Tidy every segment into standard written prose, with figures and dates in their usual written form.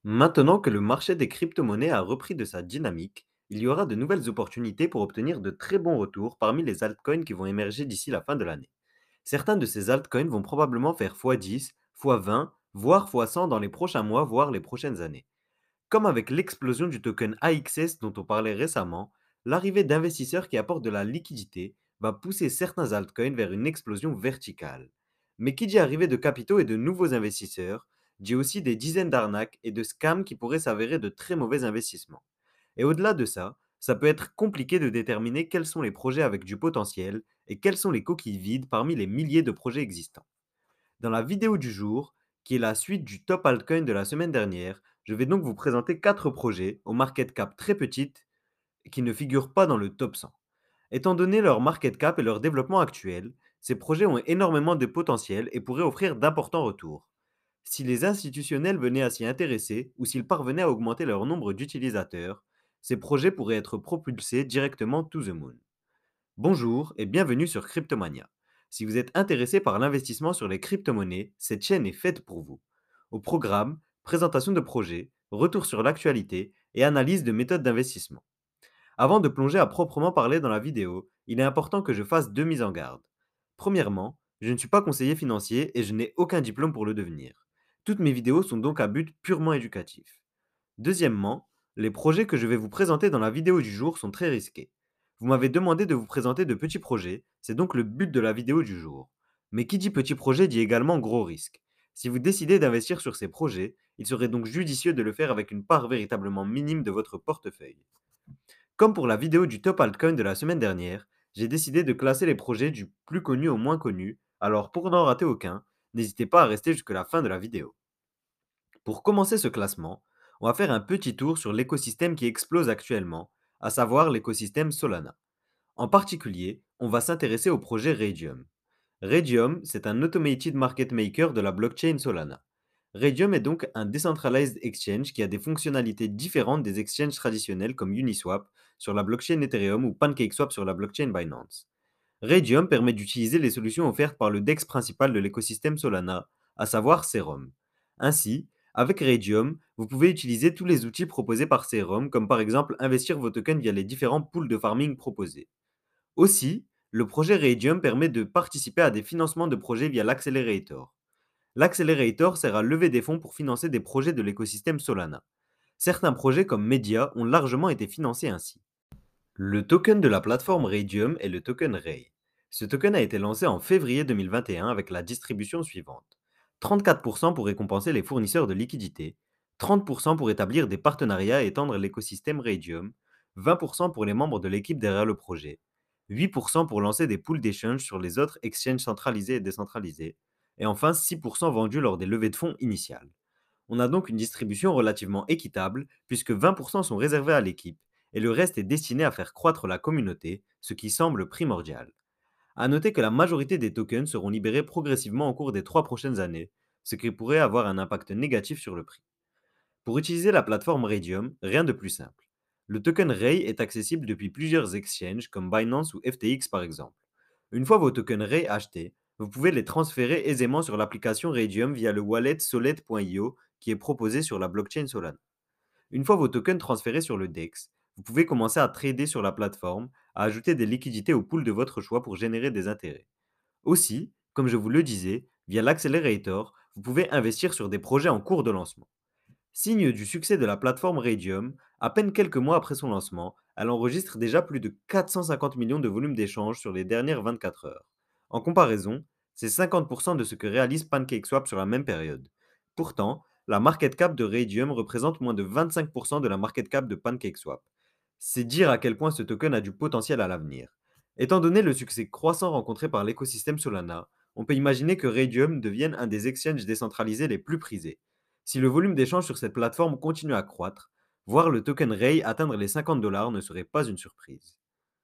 Maintenant que le marché des crypto-monnaies a repris de sa dynamique, il y aura de nouvelles opportunités pour obtenir de très bons retours parmi les altcoins qui vont émerger d'ici la fin de l'année. Certains de ces altcoins vont probablement faire x10, x20, voire x100 dans les prochains mois, voire les prochaines années. Comme avec l'explosion du token AXS dont on parlait récemment, l'arrivée d'investisseurs qui apportent de la liquidité va pousser certains altcoins vers une explosion verticale. Mais qui dit arrivée de capitaux et de nouveaux investisseurs, dit aussi des dizaines d'arnaques et de scams qui pourraient s'avérer de très mauvais investissements. Et au-delà de ça, ça peut être compliqué de déterminer quels sont les projets avec du potentiel et quelles sont les coquilles vides parmi les milliers de projets existants. Dans la vidéo du jour, qui est la suite du top altcoin de la semaine dernière, je vais donc vous présenter 4 projets aux market cap très petites qui ne figurent pas dans le top 100. Étant donné leur market cap et leur développement actuel, ces projets ont énormément de potentiel et pourraient offrir d'importants retours. Si les institutionnels venaient à s'y intéresser ou s'ils parvenaient à augmenter leur nombre d'utilisateurs, ces projets pourraient être propulsés directement to the moon. Bonjour et bienvenue sur Cryptomania. Si vous êtes intéressé par l'investissement sur les crypto-monnaies, cette chaîne est faite pour vous. Au programme, présentation de projets, retour sur l'actualité et analyse de méthodes d'investissement. Avant de plonger à proprement parler dans la vidéo, il est important que je fasse deux mises en garde. Premièrement, je ne suis pas conseiller financier et je n'ai aucun diplôme pour le devenir. Toutes mes vidéos sont donc à but purement éducatif. Deuxièmement, les projets que je vais vous présenter dans la vidéo du jour sont très risqués. Vous m'avez demandé de vous présenter de petits projets, c'est donc le but de la vidéo du jour. Mais qui dit petit projet dit également gros risque. Si vous décidez d'investir sur ces projets, il serait donc judicieux de le faire avec une part véritablement minime de votre portefeuille. Comme pour la vidéo du top altcoin de la semaine dernière, j'ai décidé de classer les projets du plus connu au moins connu, alors pour n'en rater aucun, n'hésitez pas à rester jusqu'à la fin de la vidéo. Pour commencer ce classement, on va faire un petit tour sur l'écosystème qui explose actuellement, à savoir l'écosystème Solana. En particulier, on va s'intéresser au projet Radium. Radium, c'est un automated market maker de la blockchain Solana. Radium est donc un decentralized exchange qui a des fonctionnalités différentes des exchanges traditionnels comme Uniswap sur la blockchain Ethereum ou PancakeSwap sur la blockchain Binance. Radium permet d'utiliser les solutions offertes par le DEX principal de l'écosystème Solana, à savoir Serum. Ainsi, avec Radium, vous pouvez utiliser tous les outils proposés par Serum, comme par exemple investir vos tokens via les différents pools de farming proposés. Aussi, le projet Radium permet de participer à des financements de projets via l'Accelerator. L'Accelerator sert à lever des fonds pour financer des projets de l'écosystème Solana. Certains projets comme Media ont largement été financés ainsi. Le token de la plateforme Radium est le token Ray. Ce token a été lancé en février 2021 avec la distribution suivante. 34% pour récompenser les fournisseurs de liquidités, 30% pour établir des partenariats et étendre l'écosystème Radium, 20% pour les membres de l'équipe derrière le projet, 8% pour lancer des pools d'échange sur les autres exchanges centralisés et décentralisés, et enfin 6% vendus lors des levées de fonds initiales. On a donc une distribution relativement équitable puisque 20% sont réservés à l'équipe et le reste est destiné à faire croître la communauté, ce qui semble primordial. À noter que la majorité des tokens seront libérés progressivement au cours des 3 prochaines années, ce qui pourrait avoir un impact négatif sur le prix. Pour utiliser la plateforme Radium, rien de plus simple. Le token Ray est accessible depuis plusieurs exchanges comme Binance ou FTX par exemple. Une fois vos tokens Ray achetés, vous pouvez les transférer aisément sur l'application Radium via le wallet solid.io qui est proposé sur la blockchain Solana. Une fois vos tokens transférés sur le DEX, vous pouvez commencer à trader sur la plateforme, à ajouter des liquidités au pool de votre choix pour générer des intérêts. Aussi, comme je vous le disais, via l'Accelerator, vous pouvez investir sur des projets en cours de lancement. Signe du succès de la plateforme Radium, à peine quelques mois après son lancement, elle enregistre déjà plus de 450 millions de volumes d'échanges sur les dernières 24 heures. En comparaison, c'est 50% de ce que réalise PancakeSwap sur la même période. Pourtant, la market cap de Radium représente moins de 25% de la market cap de PancakeSwap. C'est dire à quel point ce token a du potentiel à l'avenir. Étant donné le succès croissant rencontré par l'écosystème Solana, on peut imaginer que Radium devienne un des exchanges décentralisés les plus prisés. Si le volume d'échange sur cette plateforme continue à croître, voir le token Ray atteindre les 50 $ ne serait pas une surprise.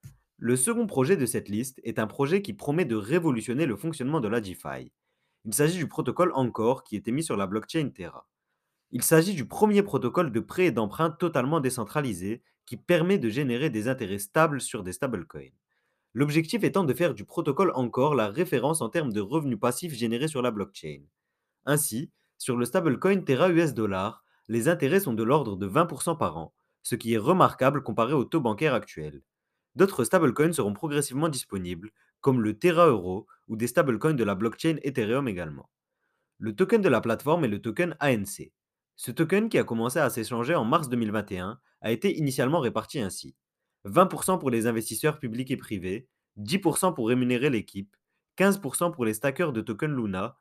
Le second projet de cette liste est un projet qui promet de révolutionner le fonctionnement de la DeFi. Il s'agit du protocole Anchor qui est émis sur la blockchain Terra. Il s'agit du premier protocole de prêt et d'emprunt totalement décentralisé qui permet de générer des intérêts stables sur des stablecoins. L'objectif étant de faire du protocole Anchor la référence en termes de revenus passifs générés sur la blockchain. Ainsi, sur le stablecoin Terra US Dollar, les intérêts sont de l'ordre de 20% par an, ce qui est remarquable comparé au taux bancaire actuel. D'autres stablecoins seront progressivement disponibles, comme le Terra Euro ou des stablecoins de la blockchain Ethereum également. Le token de la plateforme est le token ANC. Ce token, qui a commencé à s'échanger en mars 2021, a été initialement réparti ainsi: 20% pour les investisseurs publics et privés, 10% pour rémunérer l'équipe, 15% pour les stackers de token Luna,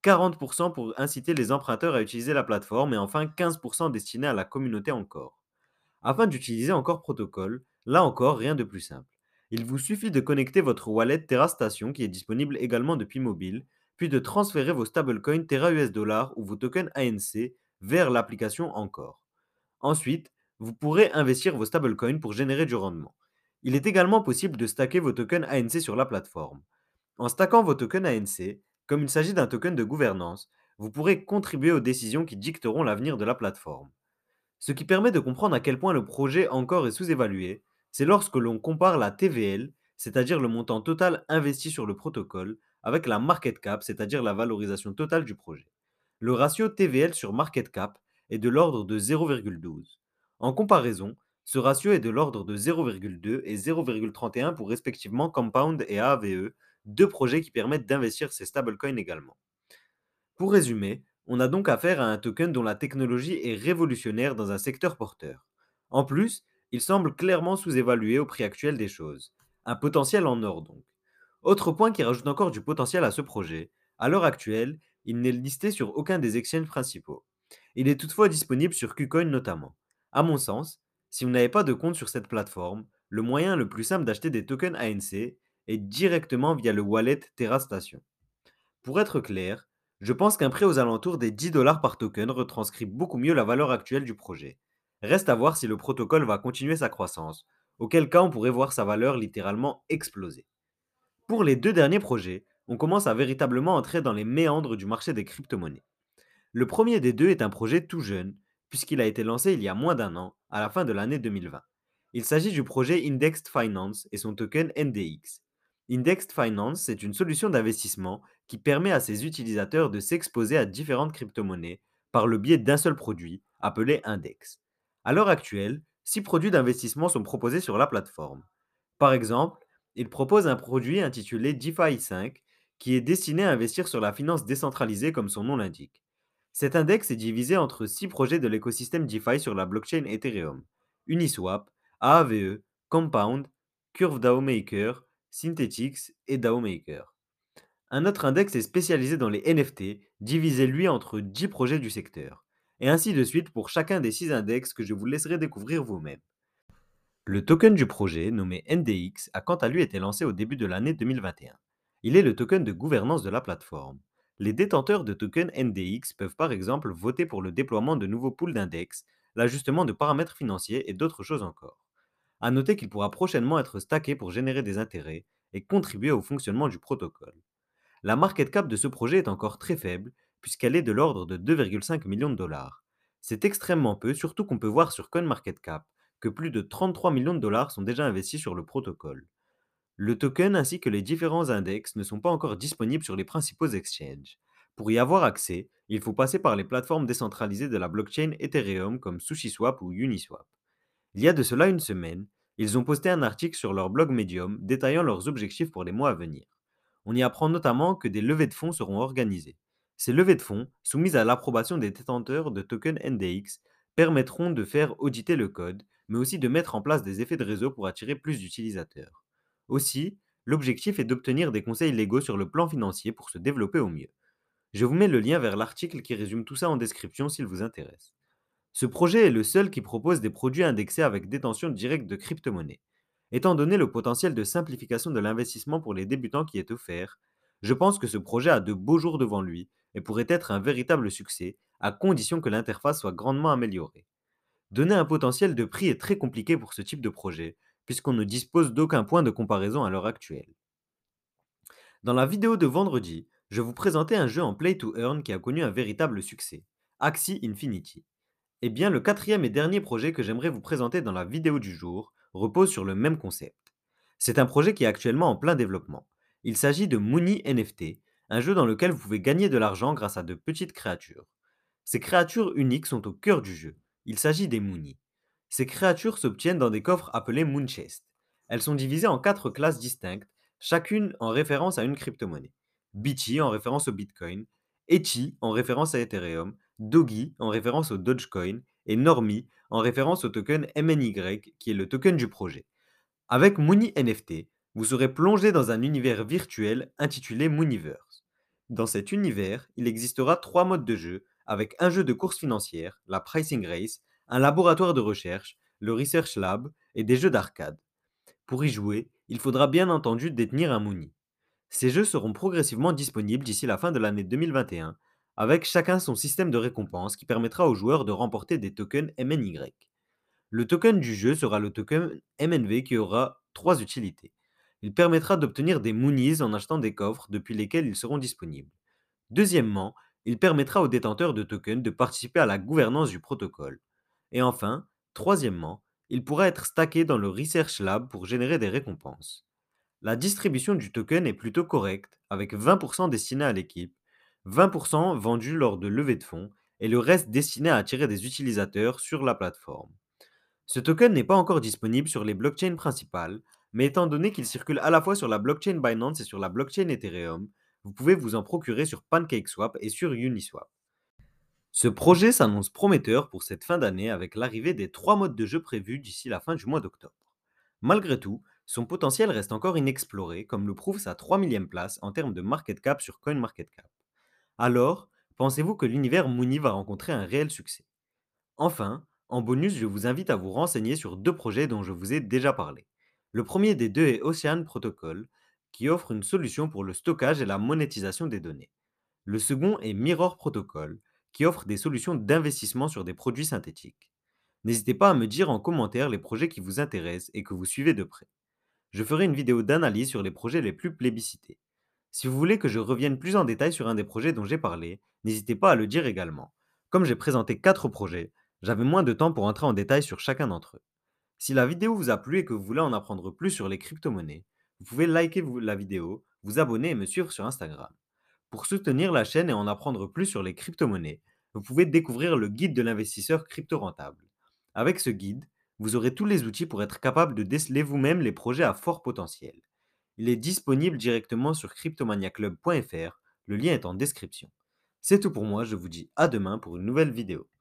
40% pour inciter les emprunteurs à utiliser la plateforme et enfin 15% destinés à la communauté encore. Afin d'utiliser Encore Protocol, là encore rien de plus simple. Il vous suffit de connecter votre wallet Terra Station, qui est disponible également depuis mobile, puis de transférer vos stablecoins Terra US Dollar ou vos tokens ANC vers l'application Encore. Ensuite, vous pourrez investir vos stablecoins pour générer du rendement. Il est également possible de stacker vos tokens ANC sur la plateforme. En stackant vos tokens ANC, comme il s'agit d'un token de gouvernance, vous pourrez contribuer aux décisions qui dicteront l'avenir de la plateforme. Ce qui permet de comprendre à quel point le projet encore est sous-évalué, c'est lorsque l'on compare la TVL, c'est-à-dire le montant total investi sur le protocole, avec la market cap, c'est-à-dire la valorisation totale du projet. Le ratio TVL sur market cap est de l'ordre de 0,12. En comparaison, ce ratio est de l'ordre de 0,2 et 0,31 pour respectivement Compound et AAVE, deux projets qui permettent d'investir ces stablecoins également. Pour résumer, on a donc affaire à un token dont la technologie est révolutionnaire dans un secteur porteur. En plus, il semble clairement sous-évalué au prix actuel des choses. Un potentiel en or donc. Autre point qui rajoute encore du potentiel à ce projet, à l'heure actuelle, il n'est listé sur aucun des exchanges principaux. Il est toutefois disponible sur KuCoin notamment. À mon sens, si vous n'avez pas de compte sur cette plateforme, le moyen le plus simple d'acheter des tokens ANC est directement via le wallet Terra Station. Pour être clair, je pense qu'un prêt aux alentours des 10 $ par token retranscrit beaucoup mieux la valeur actuelle du projet. Reste à voir si le protocole va continuer sa croissance, auquel cas on pourrait voir sa valeur littéralement exploser. Pour les deux derniers projets, on commence à véritablement entrer dans les méandres du marché des crypto-monnaies. Le premier des deux est un projet tout jeune, puisqu'il a été lancé il y a moins d'un an, à la fin de l'année 2020. Il s'agit du projet Indexed Finance et son token NDX. Indexed Finance est une solution d'investissement qui permet à ses utilisateurs de s'exposer à différentes crypto-monnaies par le biais d'un seul produit, appelé index. À l'heure actuelle, 6 produits d'investissement sont proposés sur la plateforme. Par exemple, il propose un produit intitulé DeFi 5 qui est destiné à investir sur la finance décentralisée comme son nom l'indique. Cet index est divisé entre 6 projets de l'écosystème DeFi sur la blockchain Ethereum: Uniswap, AAVE, Compound, Curve DAO Maker, Synthetix et DAO Maker. Un autre index est spécialisé dans les NFT, divisé lui entre 10 projets du secteur. Et ainsi de suite pour chacun des 6 index que je vous laisserai découvrir vous-même. Le token du projet, nommé NDX, a quant à lui été lancé au début de l'année 2021. Il est le token de gouvernance de la plateforme. Les détenteurs de tokens NDX peuvent par exemple voter pour le déploiement de nouveaux pools d'index, l'ajustement de paramètres financiers et d'autres choses encore. A noter qu'il pourra prochainement être stacké pour générer des intérêts et contribuer au fonctionnement du protocole. La market cap de ce projet est encore très faible, puisqu'elle est de l'ordre de 2,5 millions de dollars. C'est extrêmement peu, surtout qu'on peut voir sur CoinMarketCap que plus de 33 millions de dollars sont déjà investis sur le protocole. Le token ainsi que les différents index ne sont pas encore disponibles sur les principaux exchanges. Pour y avoir accès, il faut passer par les plateformes décentralisées de la blockchain Ethereum comme SushiSwap ou Uniswap. Il y a de cela une semaine, ils ont posté un article sur leur blog Medium détaillant leurs objectifs pour les mois à venir. On y apprend notamment que des levées de fonds seront organisées. Ces levées de fonds, soumises à l'approbation des détenteurs de tokens NDX, permettront de faire auditer le code, mais aussi de mettre en place des effets de réseau pour attirer plus d'utilisateurs. Aussi, l'objectif est d'obtenir des conseils légaux sur le plan financier pour se développer au mieux. Je vous mets le lien vers l'article qui résume tout ça en description s'il vous intéresse. Ce projet est le seul qui propose des produits indexés avec détention directe de crypto-monnaies. Étant donné le potentiel de simplification de l'investissement pour les débutants qui est offert, je pense que ce projet a de beaux jours devant lui et pourrait être un véritable succès à condition que l'interface soit grandement améliorée. Donner un potentiel de prix est très compliqué pour ce type de projet, puisqu'on ne dispose d'aucun point de comparaison à l'heure actuelle. Dans la vidéo de vendredi, je vous présentais un jeu en play to earn qui a connu un véritable succès, Axie Infinity. Eh bien, le quatrième et dernier projet que j'aimerais vous présenter dans la vidéo du jour repose sur le même concept. C'est un projet qui est actuellement en plein développement. Il s'agit de Mooney NFT, un jeu dans lequel vous pouvez gagner de l'argent grâce à de petites créatures. Ces créatures uniques sont au cœur du jeu. Il s'agit des Moonies. Ces créatures s'obtiennent dans des coffres appelés Moonchest. Elles sont divisées en 4 classes distinctes, chacune en référence à une crypto-monnaie. BT en référence au Bitcoin, Echi en référence à Ethereum, Dogi en référence au Dogecoin et Normie en référence au token MNY qui est le token du projet. Avec Mooney NFT, vous serez plongé dans un univers virtuel intitulé Mooniverse. Dans cet univers, il existera 3 modes de jeu, avec un jeu de course financière, la Pricing Race, un laboratoire de recherche, le Research Lab, et des jeux d'arcade. Pour y jouer, il faudra bien entendu détenir un Mooney. Ces jeux seront progressivement disponibles d'ici la fin de l'année 2021, avec chacun son système de récompense qui permettra aux joueurs de remporter des tokens MNY. Le token du jeu sera le token MNV qui aura 3 utilités. Il permettra d'obtenir des Moonies en achetant des coffres depuis lesquels ils seront disponibles. Deuxièmement, il permettra aux détenteurs de tokens de participer à la gouvernance du protocole. Et enfin, troisièmement, il pourra être stacké dans le Research Lab pour générer des récompenses. La distribution du token est plutôt correcte, avec 20% destiné à l'équipe, 20% vendu lors de levée de fonds et le reste destiné à attirer des utilisateurs sur la plateforme. Ce token n'est pas encore disponible sur les blockchains principales, mais étant donné qu'il circule à la fois sur la blockchain Binance et sur la blockchain Ethereum, vous pouvez vous en procurer sur PancakeSwap et sur Uniswap. Ce projet s'annonce prometteur pour cette fin d'année avec l'arrivée des 3 modes de jeu prévus d'ici la fin du mois d'octobre. Malgré tout, son potentiel reste encore inexploré, comme le prouve sa 3 millième place en termes de market cap sur CoinMarketCap. Alors, pensez-vous que l'univers Mooney va rencontrer un réel succès? Enfin, en bonus, je vous invite à vous renseigner sur 2 projets dont je vous ai déjà parlé. Le premier des deux est Ocean Protocol, qui offre une solution pour le stockage et la monétisation des données. Le second est Mirror Protocol, qui offre des solutions d'investissement sur des produits synthétiques. N'hésitez pas à me dire en commentaire les projets qui vous intéressent et que vous suivez de près. Je ferai une vidéo d'analyse sur les projets les plus plébiscités. Si vous voulez que je revienne plus en détail sur un des projets dont j'ai parlé, n'hésitez pas à le dire également. Comme j'ai présenté 4 projets, j'avais moins de temps pour entrer en détail sur chacun d'entre eux. Si la vidéo vous a plu et que vous voulez en apprendre plus sur les crypto-monnaies, vous pouvez liker la vidéo, vous abonner et me suivre sur Instagram. Pour soutenir la chaîne et en apprendre plus sur les crypto-monnaies, vous pouvez découvrir le guide de l'investisseur crypto-rentable. Avec ce guide, vous aurez tous les outils pour être capable de déceler vous-même les projets à fort potentiel. Il est disponible directement sur cryptomaniaclub.fr, le lien est en description. C'est tout pour moi, je vous dis à demain pour une nouvelle vidéo.